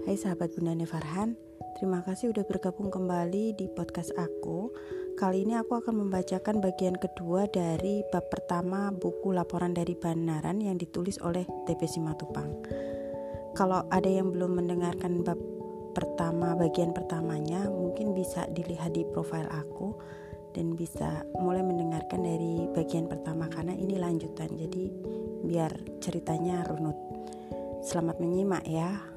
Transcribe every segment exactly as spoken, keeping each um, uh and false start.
Hai sahabat Bunda Nefarhan, terima kasih udah bergabung kembali di podcast aku. Kali ini aku akan membacakan bagian kedua dari bab pertama buku Laporan dari Banaran yang ditulis oleh T P Simatupang. Kalau ada yang belum mendengarkan bab pertama, bagian pertamanya, mungkin bisa dilihat di profil aku dan bisa mulai mendengarkan dari bagian pertama karena ini lanjutan, jadi biar ceritanya runut. Selamat menyimak ya.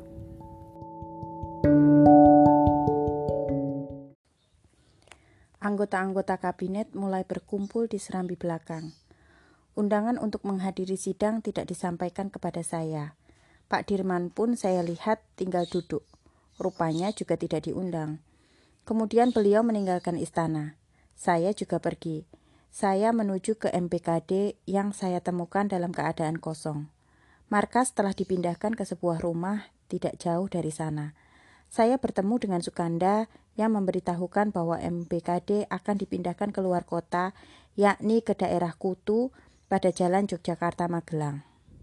Anggota-anggota kabinet mulai berkumpul di serambi belakang. Undangan untuk menghadiri sidang tidak disampaikan kepada saya. Pak Dirman pun saya lihat tinggal duduk. Rupanya juga tidak diundang. Kemudian beliau meninggalkan istana. Saya juga pergi. Saya menuju ke M P K D yang saya temukan dalam keadaan kosong. Markas telah dipindahkan ke sebuah rumah tidak jauh dari sana. Saya bertemu dengan Sukanda yang memberitahukan bahwa M P K D akan dipindahkan ke luar kota, yakni ke daerah Kutu pada jalan Yogyakarta-Magelang.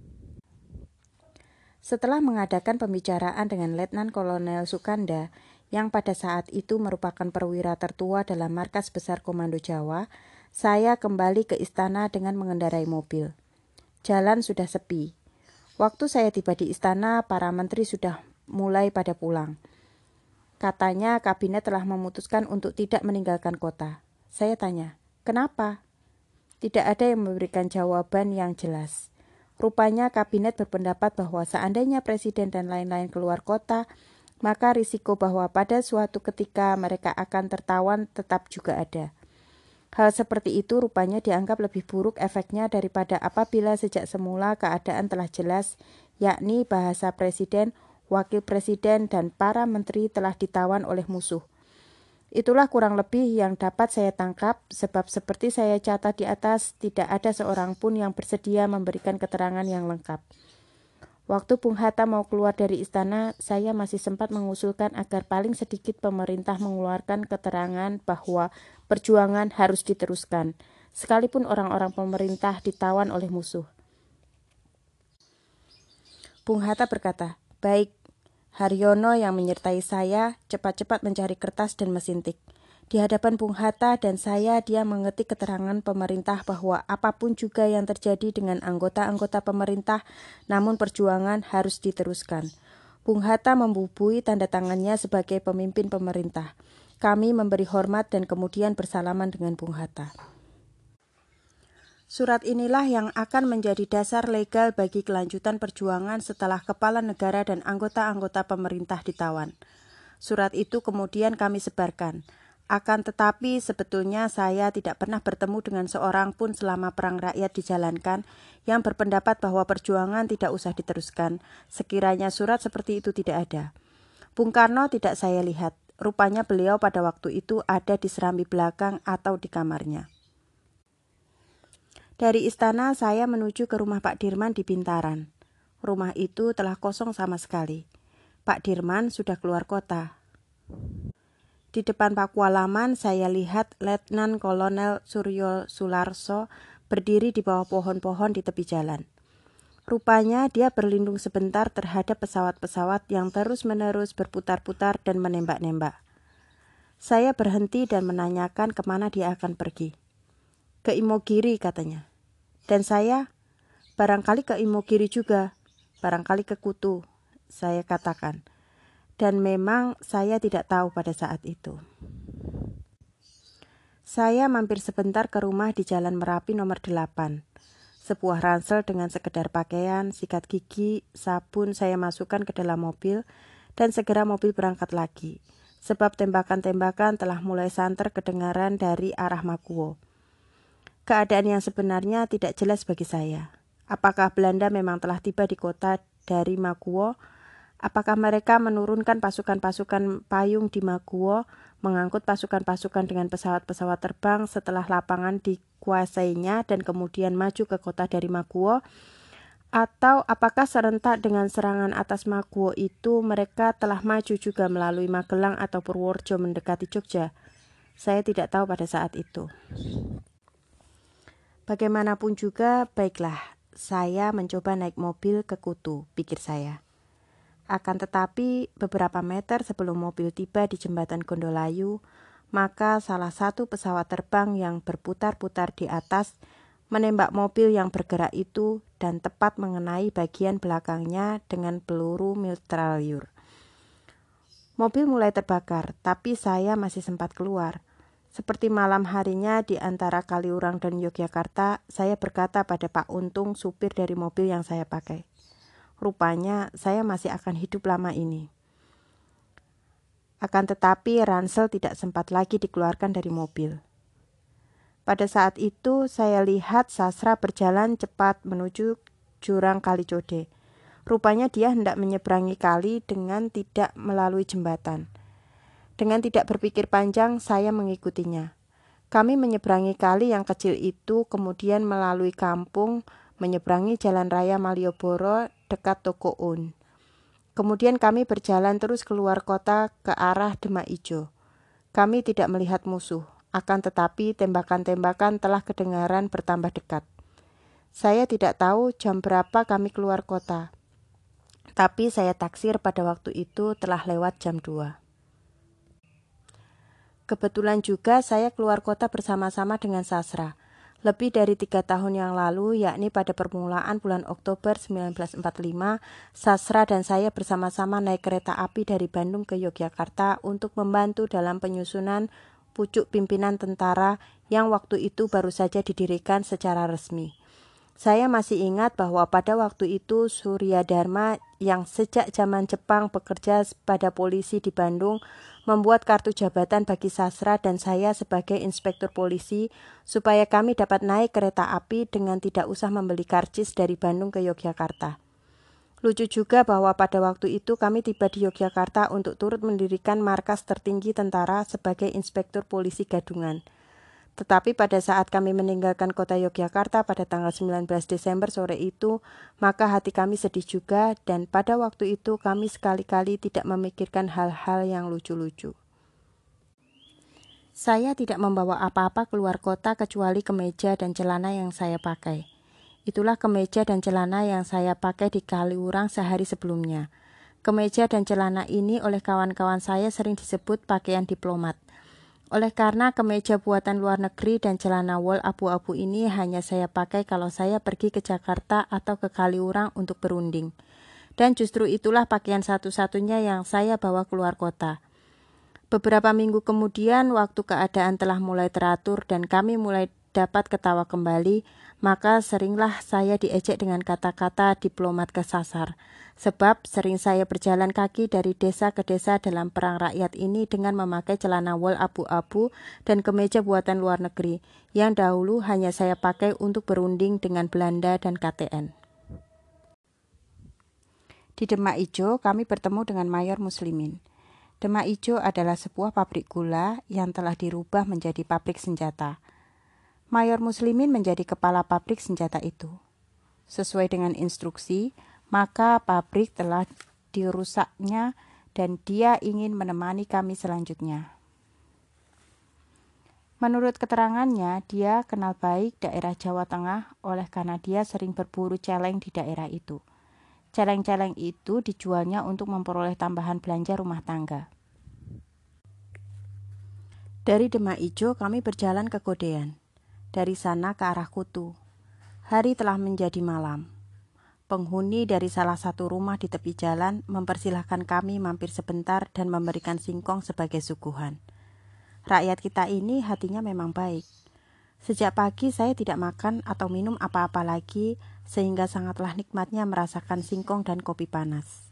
Setelah mengadakan pembicaraan dengan Letnan Kolonel Sukanda, yang pada saat itu merupakan perwira tertua dalam Markas Besar Komando Jawa, saya kembali ke istana dengan mengendarai mobil. Jalan sudah sepi. Waktu saya tiba di istana, para menteri sudah mulai pada pulang. Katanya kabinet telah memutuskan untuk tidak meninggalkan kota. Saya tanya, kenapa? Tidak ada yang memberikan jawaban yang jelas. Rupanya kabinet berpendapat bahwa seandainya presiden dan lain-lain keluar kota, maka risiko bahwa pada suatu ketika mereka akan tertawan tetap juga ada. Hal seperti itu rupanya dianggap lebih buruk efeknya daripada apabila sejak semula keadaan telah jelas, yakni bahasa presiden, wakil presiden, dan para menteri telah ditawan oleh musuh. Itulah kurang lebih yang dapat saya tangkap, sebab seperti saya catat di atas, tidak ada seorang pun yang bersedia memberikan keterangan yang lengkap. Waktu Bung Hatta mau keluar dari istana, saya masih sempat mengusulkan agar paling sedikit pemerintah mengeluarkan keterangan bahwa perjuangan harus diteruskan, sekalipun orang-orang pemerintah ditawan oleh musuh. Bung Hatta berkata, baik. Haryono yang menyertai saya cepat-cepat mencari kertas dan mesin tik. Di hadapan Bung Hatta dan saya dia mengetik keterangan pemerintah bahwa apapun juga yang terjadi dengan anggota-anggota pemerintah, namun perjuangan harus diteruskan. Bung Hatta membubui tanda tangannya sebagai pemimpin pemerintah. Kami memberi hormat dan kemudian bersalaman dengan Bung Hatta. Surat inilah yang akan menjadi dasar legal bagi kelanjutan perjuangan setelah kepala negara dan anggota-anggota pemerintah ditawan. Surat itu kemudian kami sebarkan. Akan tetapi sebetulnya saya tidak pernah bertemu dengan seorang pun selama perang rakyat dijalankan yang berpendapat bahwa perjuangan tidak usah diteruskan, sekiranya surat seperti itu tidak ada. Bung Karno tidak saya lihat, rupanya beliau pada waktu itu ada di serambi belakang atau di kamarnya. Dari istana saya menuju ke rumah Pak Dirman di Bintaran. Rumah itu telah kosong sama sekali. Pak Dirman sudah keluar kota. Di depan pakualaman saya lihat Letnan Kolonel Suryo Sularso berdiri di bawah pohon-pohon di tepi jalan. Rupanya dia berlindung sebentar terhadap pesawat-pesawat yang terus-menerus berputar-putar dan menembak-nembak. Saya berhenti dan menanyakan kemana dia akan pergi. Ke Imogiri katanya. Dan saya, barangkali ke Imogiri juga, barangkali ke Kutu, saya katakan. Dan memang saya tidak tahu pada saat itu. Saya mampir sebentar ke rumah di Jalan Merapi nomor delapan. Sebuah ransel dengan sekedar pakaian, sikat gigi, sabun saya masukkan ke dalam mobil dan segera mobil berangkat lagi. Sebab tembakan-tembakan telah mulai santer kedengaran dari arah Makuwo. Keadaan yang sebenarnya tidak jelas bagi saya. Apakah Belanda memang telah tiba di kota dari Makuwo? Apakah mereka menurunkan pasukan-pasukan payung di Makuwo, mengangkut pasukan-pasukan dengan pesawat-pesawat terbang setelah lapangan dikuasainya dan kemudian maju ke kota dari Makuwo? Atau apakah serentak dengan serangan atas Makuwo itu mereka telah maju juga melalui Magelang atau Purworejo mendekati Jogja? Saya tidak tahu pada saat itu. Bagaimanapun juga, baiklah, saya mencoba naik mobil ke Kutu, pikir saya. Akan tetapi beberapa meter sebelum mobil tiba di jembatan Gondolayu, maka salah satu pesawat terbang yang berputar-putar di atas menembak mobil yang bergerak itu dan tepat mengenai bagian belakangnya dengan peluru mitrailleur. Mobil mulai terbakar, tapi saya masih sempat keluar. Seperti malam harinya di antara Kaliurang dan Yogyakarta, saya berkata pada Pak Untung, supir dari mobil yang saya pakai. Rupanya saya masih akan hidup lama ini. Akan tetapi ransel tidak sempat lagi dikeluarkan dari mobil. Pada saat itu saya lihat Sasra berjalan cepat menuju jurang Kalicode. Rupanya dia hendak menyeberangi kali dengan tidak melalui jembatan. Dengan tidak berpikir panjang saya mengikutinya. Kami menyeberangi kali yang kecil itu, kemudian melalui kampung, menyeberangi jalan raya Malioboro dekat Toko Un. Kemudian kami berjalan terus keluar kota ke arah Demak Ijo. Kami tidak melihat musuh, akan tetapi tembakan-tembakan telah kedengaran bertambah dekat. Saya tidak tahu jam berapa kami keluar kota, tapi saya taksir pada waktu itu telah lewat jam dua. Kebetulan juga saya keluar kota bersama-sama dengan Sasra. Lebih dari tiga tahun yang lalu, yakni pada permulaan bulan Oktober seribu sembilan ratus empat puluh lima, Sasra dan saya bersama-sama naik kereta api dari Bandung ke Yogyakarta untuk membantu dalam penyusunan pucuk pimpinan tentara yang waktu itu baru saja didirikan secara resmi. Saya masih ingat bahwa pada waktu itu Surya Dharma yang sejak zaman Jepang bekerja pada polisi di Bandung membuat kartu jabatan bagi Sasra dan saya sebagai inspektur polisi supaya kami dapat naik kereta api dengan tidak usah membeli karcis dari Bandung ke Yogyakarta. Lucu juga bahwa pada waktu itu kami tiba di Yogyakarta untuk turut mendirikan markas tertinggi tentara sebagai inspektur polisi gadungan. Tetapi pada saat kami meninggalkan kota Yogyakarta pada tanggal sembilan belas Desember sore itu, maka hati kami sedih juga dan pada waktu itu kami sekali-kali tidak memikirkan hal-hal yang lucu-lucu. Saya tidak membawa apa-apa keluar kota kecuali kemeja dan celana yang saya pakai. Itulah kemeja dan celana yang saya pakai di Kaliurang sehari sebelumnya. Kemeja dan celana ini oleh kawan-kawan saya sering disebut pakaian diplomat. Oleh karena kemeja buatan luar negeri dan celana wol abu-abu ini hanya saya pakai kalau saya pergi ke Jakarta atau ke Kaliurang untuk berunding. Dan justru itulah pakaian satu-satunya yang saya bawa keluar kota. Beberapa minggu kemudian, waktu keadaan telah mulai teratur dan kami mulai dapat ketawa kembali, maka seringlah saya diejek dengan kata-kata diplomat kesasar. Sebab sering saya berjalan kaki dari desa ke desa dalam perang rakyat ini dengan memakai celana wol abu-abu dan kemeja buatan luar negeri, yang dahulu hanya saya pakai untuk berunding dengan Belanda dan K T N. Di Demak Ijo, kami bertemu dengan Mayor Muslimin. Demak Ijo adalah sebuah pabrik gula yang telah dirubah menjadi pabrik senjata. Mayor Muslimin menjadi kepala pabrik senjata itu. Sesuai dengan instruksi, maka pabrik telah dirusaknya dan dia ingin menemani kami selanjutnya. Menurut keterangannya, dia kenal baik daerah Jawa Tengah oleh karena dia sering berburu celeng di daerah itu. Celeng-celeng itu dijualnya untuk memperoleh tambahan belanja rumah tangga. Dari Demak Ijo kami berjalan ke Godean. Dari sana ke arah Kutu. Hari telah menjadi malam. Penghuni dari salah satu rumah di tepi jalan mempersilahkan kami mampir sebentar dan memberikan singkong sebagai suguhan. Rakyat kita ini hatinya memang baik. Sejak pagi saya tidak makan atau minum apa-apa lagi, sehingga sangatlah nikmatnya merasakan singkong dan kopi panas.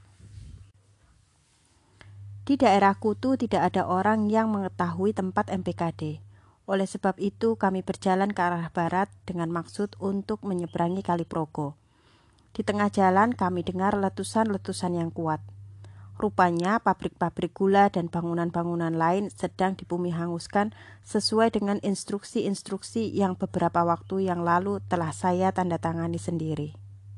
Di daerah Kutu tidak ada orang yang mengetahui tempat M P K D. Oleh sebab itu kami berjalan ke arah barat dengan maksud untuk menyeberangi Kali Progo. Di tengah jalan kami dengar letusan-letusan yang kuat. Rupanya pabrik-pabrik gula dan bangunan-bangunan lain sedang dibumi hanguskan sesuai dengan instruksi-instruksi yang beberapa waktu yang lalu telah saya tanda tangani sendiri.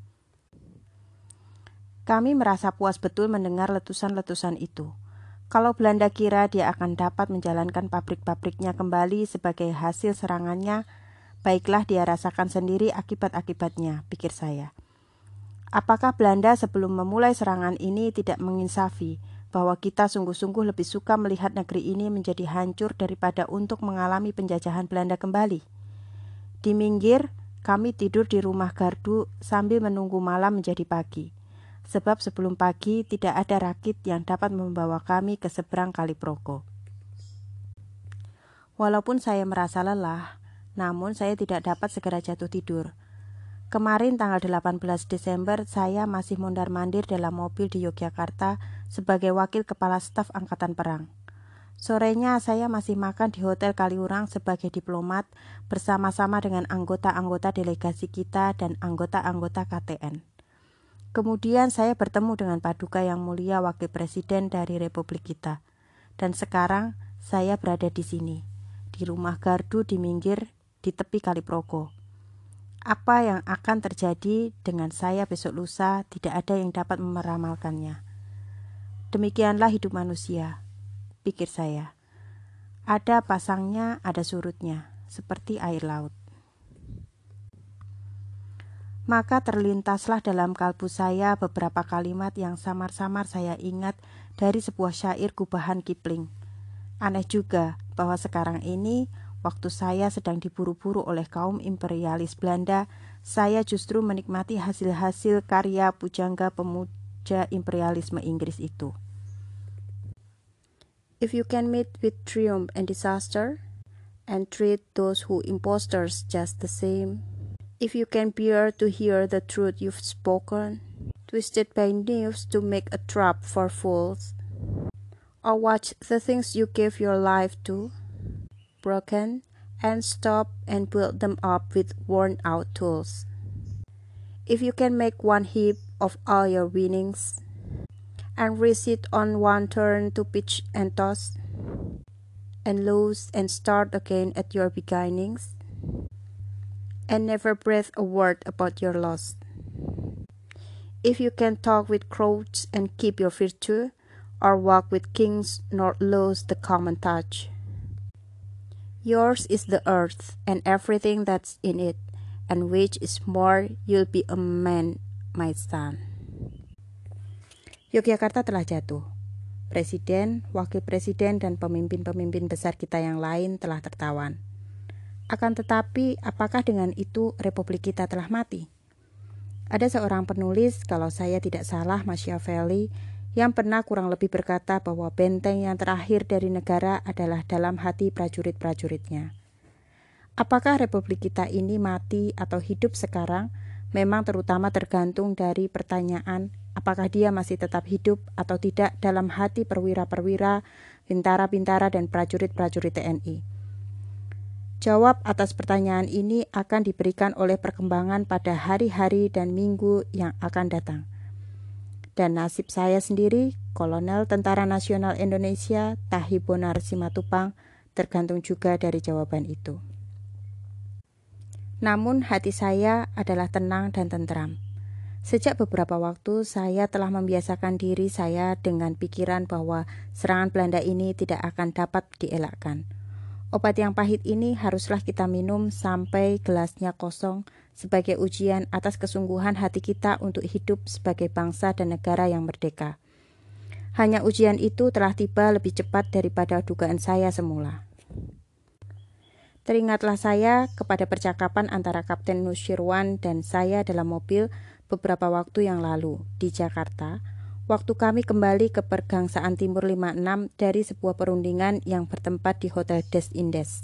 Kami merasa puas betul mendengar letusan-letusan itu. Kalau Belanda kira dia akan dapat menjalankan pabrik-pabriknya kembali sebagai hasil serangannya, baiklah dia rasakan sendiri akibat-akibatnya, pikir saya. Apakah Belanda sebelum memulai serangan ini tidak menginsafi bahwa kita sungguh-sungguh lebih suka melihat negeri ini menjadi hancur daripada untuk mengalami penjajahan Belanda kembali? Di Minggir, kami tidur di rumah gardu sambil menunggu malam menjadi pagi. Sebab sebelum pagi tidak ada rakit yang dapat membawa kami ke seberang Kali Progo. Walaupun saya merasa lelah, namun saya tidak dapat segera jatuh tidur. Kemarin tanggal delapan belas Desember saya masih mondar-mandir dalam mobil di Yogyakarta sebagai wakil kepala staf angkatan perang. Sorenya saya masih makan di Hotel Kaliurang sebagai diplomat bersama-sama dengan anggota-anggota delegasi kita dan anggota-anggota K T N. Kemudian saya bertemu dengan Paduka Yang Mulia Wakil Presiden dari Republik kita. Dan sekarang saya berada di sini, di rumah gardu di Minggir di tepi Kali Progo. Apa yang akan terjadi dengan saya besok lusa tidak ada yang dapat meramalkannya. Demikianlah hidup manusia, pikir saya. Ada pasangnya, ada surutnya, seperti air laut. Maka terlintaslah dalam kalbu saya beberapa kalimat yang samar-samar saya ingat dari sebuah syair gubahan Kipling. Aneh juga bahwa sekarang ini, waktu saya sedang diburu-buru oleh kaum imperialis Belanda, saya justru menikmati hasil-hasil karya pujangga pemuja imperialisme Inggris itu. If you can meet with triumph and disaster, and treat those who impostors just the same, if you can bear to hear the truth you've spoken, twisted by knives to make a trap for fools, or watch the things you give your life to, broken, and stop and build them up with worn-out tools. If you can make one heap of all your winnings, and risk it on one turn to pitch and toss, and lose and start again at your beginnings, and never breathe a word about your loss. If you can talk with crowds and keep your virtue, or walk with kings nor lose the common touch. Yours is the earth and everything that's in it, and which is more, you'll be a man, my son. Yogyakarta telah jatuh. Presiden, wakil presiden, dan pemimpin-pemimpin besar kita yang lain telah tertawan. Akan tetapi, apakah dengan itu Republik kita telah mati? Ada seorang penulis, kalau saya tidak salah Machiavelli, yang pernah kurang lebih berkata bahwa benteng yang terakhir dari negara adalah dalam hati prajurit-prajuritnya. Apakah Republik kita ini mati atau hidup sekarang memang terutama tergantung dari pertanyaan apakah dia masih tetap hidup atau tidak dalam hati perwira-perwira, bintara-bintara, dan prajurit-prajurit T N I. Jawab atas pertanyaan ini akan diberikan oleh perkembangan pada hari-hari dan minggu yang akan datang. Dan nasib saya sendiri, Kolonel Tentara Nasional Indonesia Tahi Bonar Simatupang, tergantung juga dari jawaban itu. Namun hati saya adalah tenang dan tentram. Sejak beberapa waktu saya telah membiasakan diri saya dengan pikiran bahwa serangan Belanda ini tidak akan dapat dielakkan. Obat yang pahit ini haruslah kita minum sampai gelasnya kosong sebagai ujian atas kesungguhan hati kita untuk hidup sebagai bangsa dan negara yang merdeka. Hanya ujian itu telah tiba lebih cepat daripada dugaan saya semula. Teringatlah saya kepada percakapan antara Kapten Nusyirwan dan saya dalam mobil beberapa waktu yang lalu di Jakarta, waktu kami kembali ke Pergangsaan Timur lima puluh enam dari sebuah perundingan yang bertempat di Hotel Des Indes.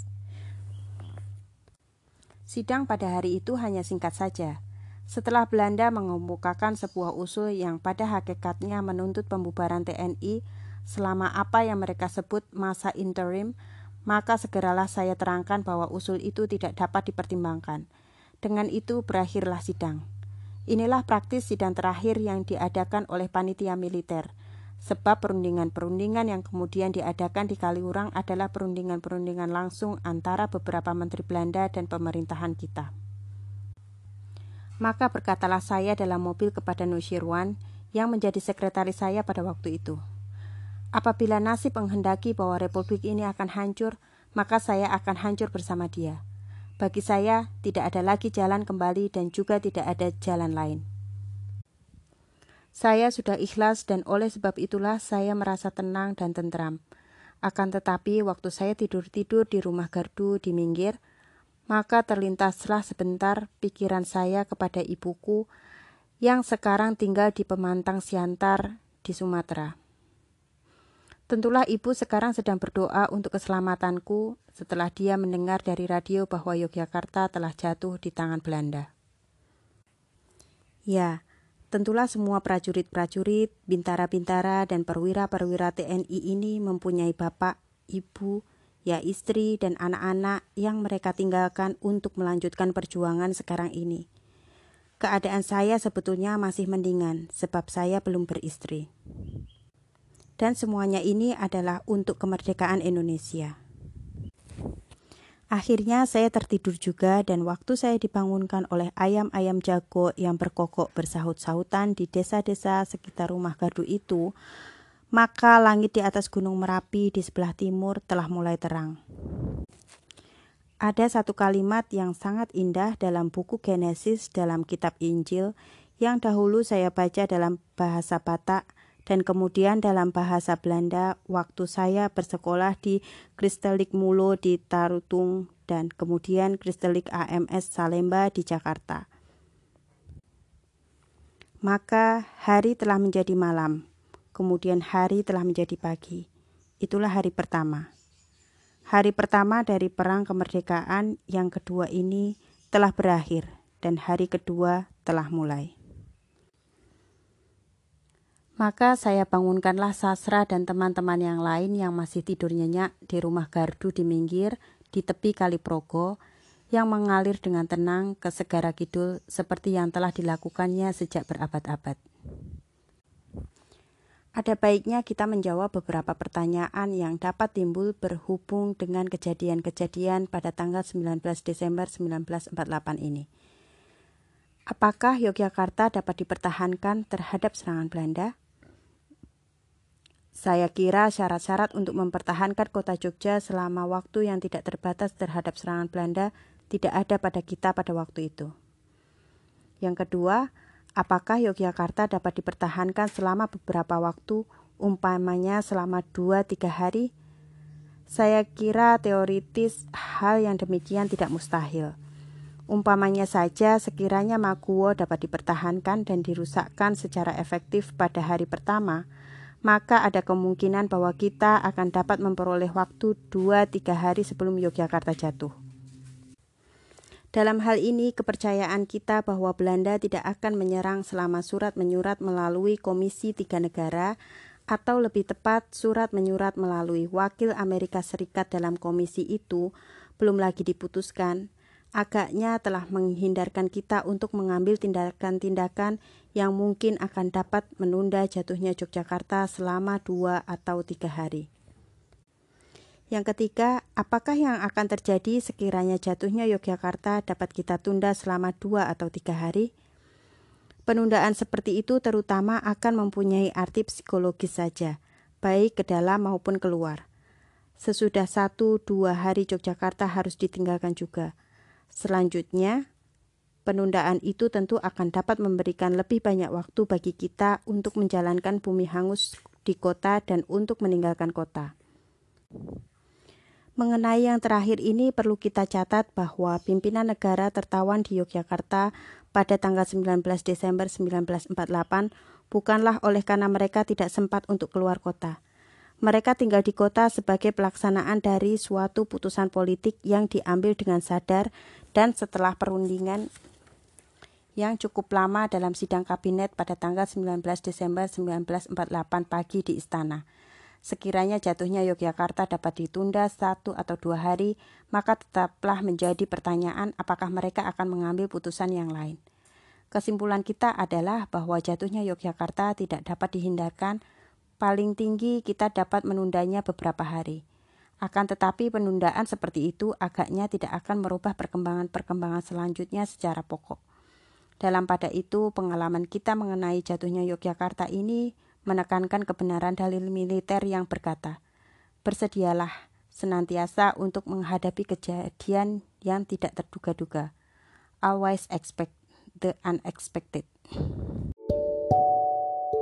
Sidang pada hari itu hanya singkat saja. Setelah Belanda mengemukakan sebuah usul yang pada hakikatnya menuntut pembubaran T N I selama apa yang mereka sebut masa interim, maka segeralah saya terangkan bahwa usul itu tidak dapat dipertimbangkan. Dengan itu berakhirlah sidang. Inilah praktis sidang terakhir yang diadakan oleh panitia militer, sebab perundingan-perundingan yang kemudian diadakan di Kaliurang adalah perundingan-perundingan langsung antara beberapa menteri Belanda dan pemerintahan kita. Maka berkatalah saya dalam mobil kepada Nusyirwan yang menjadi sekretaris saya pada waktu itu. Apabila nasib menghendaki bahwa republik ini akan hancur, maka saya akan hancur bersama dia. Bagi saya, tidak ada lagi jalan kembali dan juga tidak ada jalan lain. Saya sudah ikhlas dan oleh sebab itulah saya merasa tenang dan tentram. Akan tetapi waktu saya tidur-tidur di rumah gardu di Minggir, maka terlintaslah sebentar pikiran saya kepada ibuku yang sekarang tinggal di Pemantang Siantar di Sumatera. Tentulah ibu sekarang sedang berdoa untuk keselamatanku setelah dia mendengar dari radio bahwa Yogyakarta telah jatuh di tangan Belanda. Ya, tentulah semua prajurit-prajurit, bintara-bintara, dan perwira-perwira T N I ini mempunyai bapak, ibu, ya istri, dan anak-anak yang mereka tinggalkan untuk melanjutkan perjuangan sekarang ini. Keadaan saya sebetulnya masih mendingan, sebab saya belum beristri. Dan semuanya ini adalah untuk kemerdekaan Indonesia. Akhirnya saya tertidur juga dan waktu saya dibangunkan oleh ayam-ayam jago yang berkokok bersahut-sahutan di desa-desa sekitar rumah gardu itu, maka langit di atas Gunung Merapi di sebelah timur telah mulai terang. Ada satu kalimat yang sangat indah dalam buku Genesis dalam kitab Injil yang dahulu saya baca dalam bahasa Batak dan kemudian dalam bahasa Belanda waktu saya bersekolah di Christelijk Mulo di Tarutung dan kemudian Christelijk A M S Salemba di Jakarta. Maka hari telah menjadi malam, kemudian hari telah menjadi pagi. Itulah hari pertama. Hari pertama dari perang kemerdekaan yang kedua ini telah berakhir dan hari kedua telah mulai. Maka saya bangunkanlah Sasra dan teman-teman yang lain yang masih tidur nyenyak di rumah gardu di Minggir di tepi Kali Progo yang mengalir dengan tenang ke Segara Kidul seperti yang telah dilakukannya sejak berabad-abad. Ada baiknya kita menjawab beberapa pertanyaan yang dapat timbul berhubung dengan kejadian-kejadian pada tanggal sembilan belas Desember seribu sembilan ratus empat puluh delapan ini. Apakah Yogyakarta dapat dipertahankan terhadap serangan Belanda? Saya kira syarat-syarat untuk mempertahankan kota Jogja selama waktu yang tidak terbatas terhadap serangan Belanda tidak ada pada kita pada waktu itu. Yang kedua, apakah Yogyakarta dapat dipertahankan selama beberapa waktu, umpamanya selama dua tiga hari? Saya kira teoritis hal yang demikian tidak mustahil. Umpamanya saja sekiranya Maguwo dapat dipertahankan dan dirusakkan secara efektif pada hari pertama, maka ada kemungkinan bahwa kita akan dapat memperoleh waktu dua tiga hari sebelum Yogyakarta jatuh. Dalam hal ini, kepercayaan kita bahwa Belanda tidak akan menyerang selama surat menyurat melalui Komisi Tiga Negara, atau lebih tepat surat menyurat melalui wakil Amerika Serikat dalam komisi itu, belum lagi diputuskan, agaknya telah menghindarkan kita untuk mengambil tindakan-tindakan yang mungkin akan dapat menunda jatuhnya Yogyakarta selama dua atau tiga hari. Yang ketiga, apakah yang akan terjadi sekiranya jatuhnya Yogyakarta dapat kita tunda selama dua atau tiga hari? Penundaan seperti itu terutama akan mempunyai arti psikologis saja, baik ke dalam maupun keluar. Sesudah satu dua hari Yogyakarta harus ditinggalkan juga. Selanjutnya, penundaan itu tentu akan dapat memberikan lebih banyak waktu bagi kita untuk menjalankan bumi hangus di kota dan untuk meninggalkan kota. Mengenai yang terakhir ini perlu kita catat bahwa pimpinan negara tertawan di Yogyakarta pada tanggal sembilan belas Desember seribu sembilan ratus empat puluh delapan bukanlah oleh karena mereka tidak sempat untuk keluar kota. Mereka tinggal di kota sebagai pelaksanaan dari suatu putusan politik yang diambil dengan sadar dan setelah perundingan yang cukup lama dalam sidang kabinet pada tanggal sembilan belas Desember seribu sembilan ratus empat puluh delapan pagi di Istana. Sekiranya jatuhnya Yogyakarta dapat ditunda satu atau dua hari, maka tetaplah menjadi pertanyaan apakah mereka akan mengambil putusan yang lain. Kesimpulan kita adalah bahwa jatuhnya Yogyakarta tidak dapat dihindarkan. Paling tinggi kita dapat menundanya beberapa hari. Akan tetapi penundaan seperti itu agaknya tidak akan merubah perkembangan-perkembangan selanjutnya secara pokok. Dalam pada itu, pengalaman kita mengenai jatuhnya Yogyakarta ini menekankan kebenaran dalil militer yang berkata, bersedialah senantiasa untuk menghadapi kejadian yang tidak terduga-duga. Always expect the unexpected.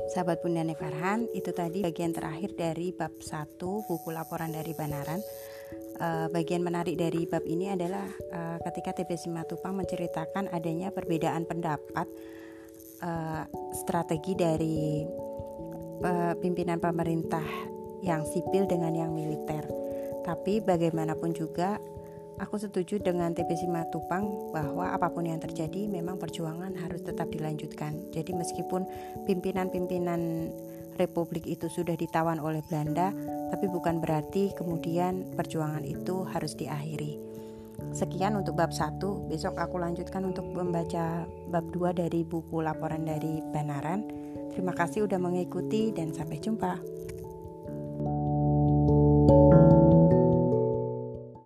Sahabat Bunda Nevarhan, itu tadi bagian terakhir dari bab satu buku laporan dari Banaran. Uh, bagian menarik dari bab ini adalah uh, ketika T B Simatupang menceritakan adanya perbedaan pendapat uh, strategi dari uh, pimpinan pemerintah yang sipil dengan yang militer. Tapi bagaimanapun juga aku setuju dengan T B Simatupang bahwa apapun yang terjadi memang perjuangan harus tetap dilanjutkan. Jadi meskipun pimpinan-pimpinan Republik itu sudah ditawan oleh Belanda, tapi bukan berarti kemudian perjuangan itu harus diakhiri. Sekian untuk bab satu. Besok aku lanjutkan untuk membaca bab dua dari buku laporan dari Banaran. Terima kasih sudah mengikuti dan sampai jumpa.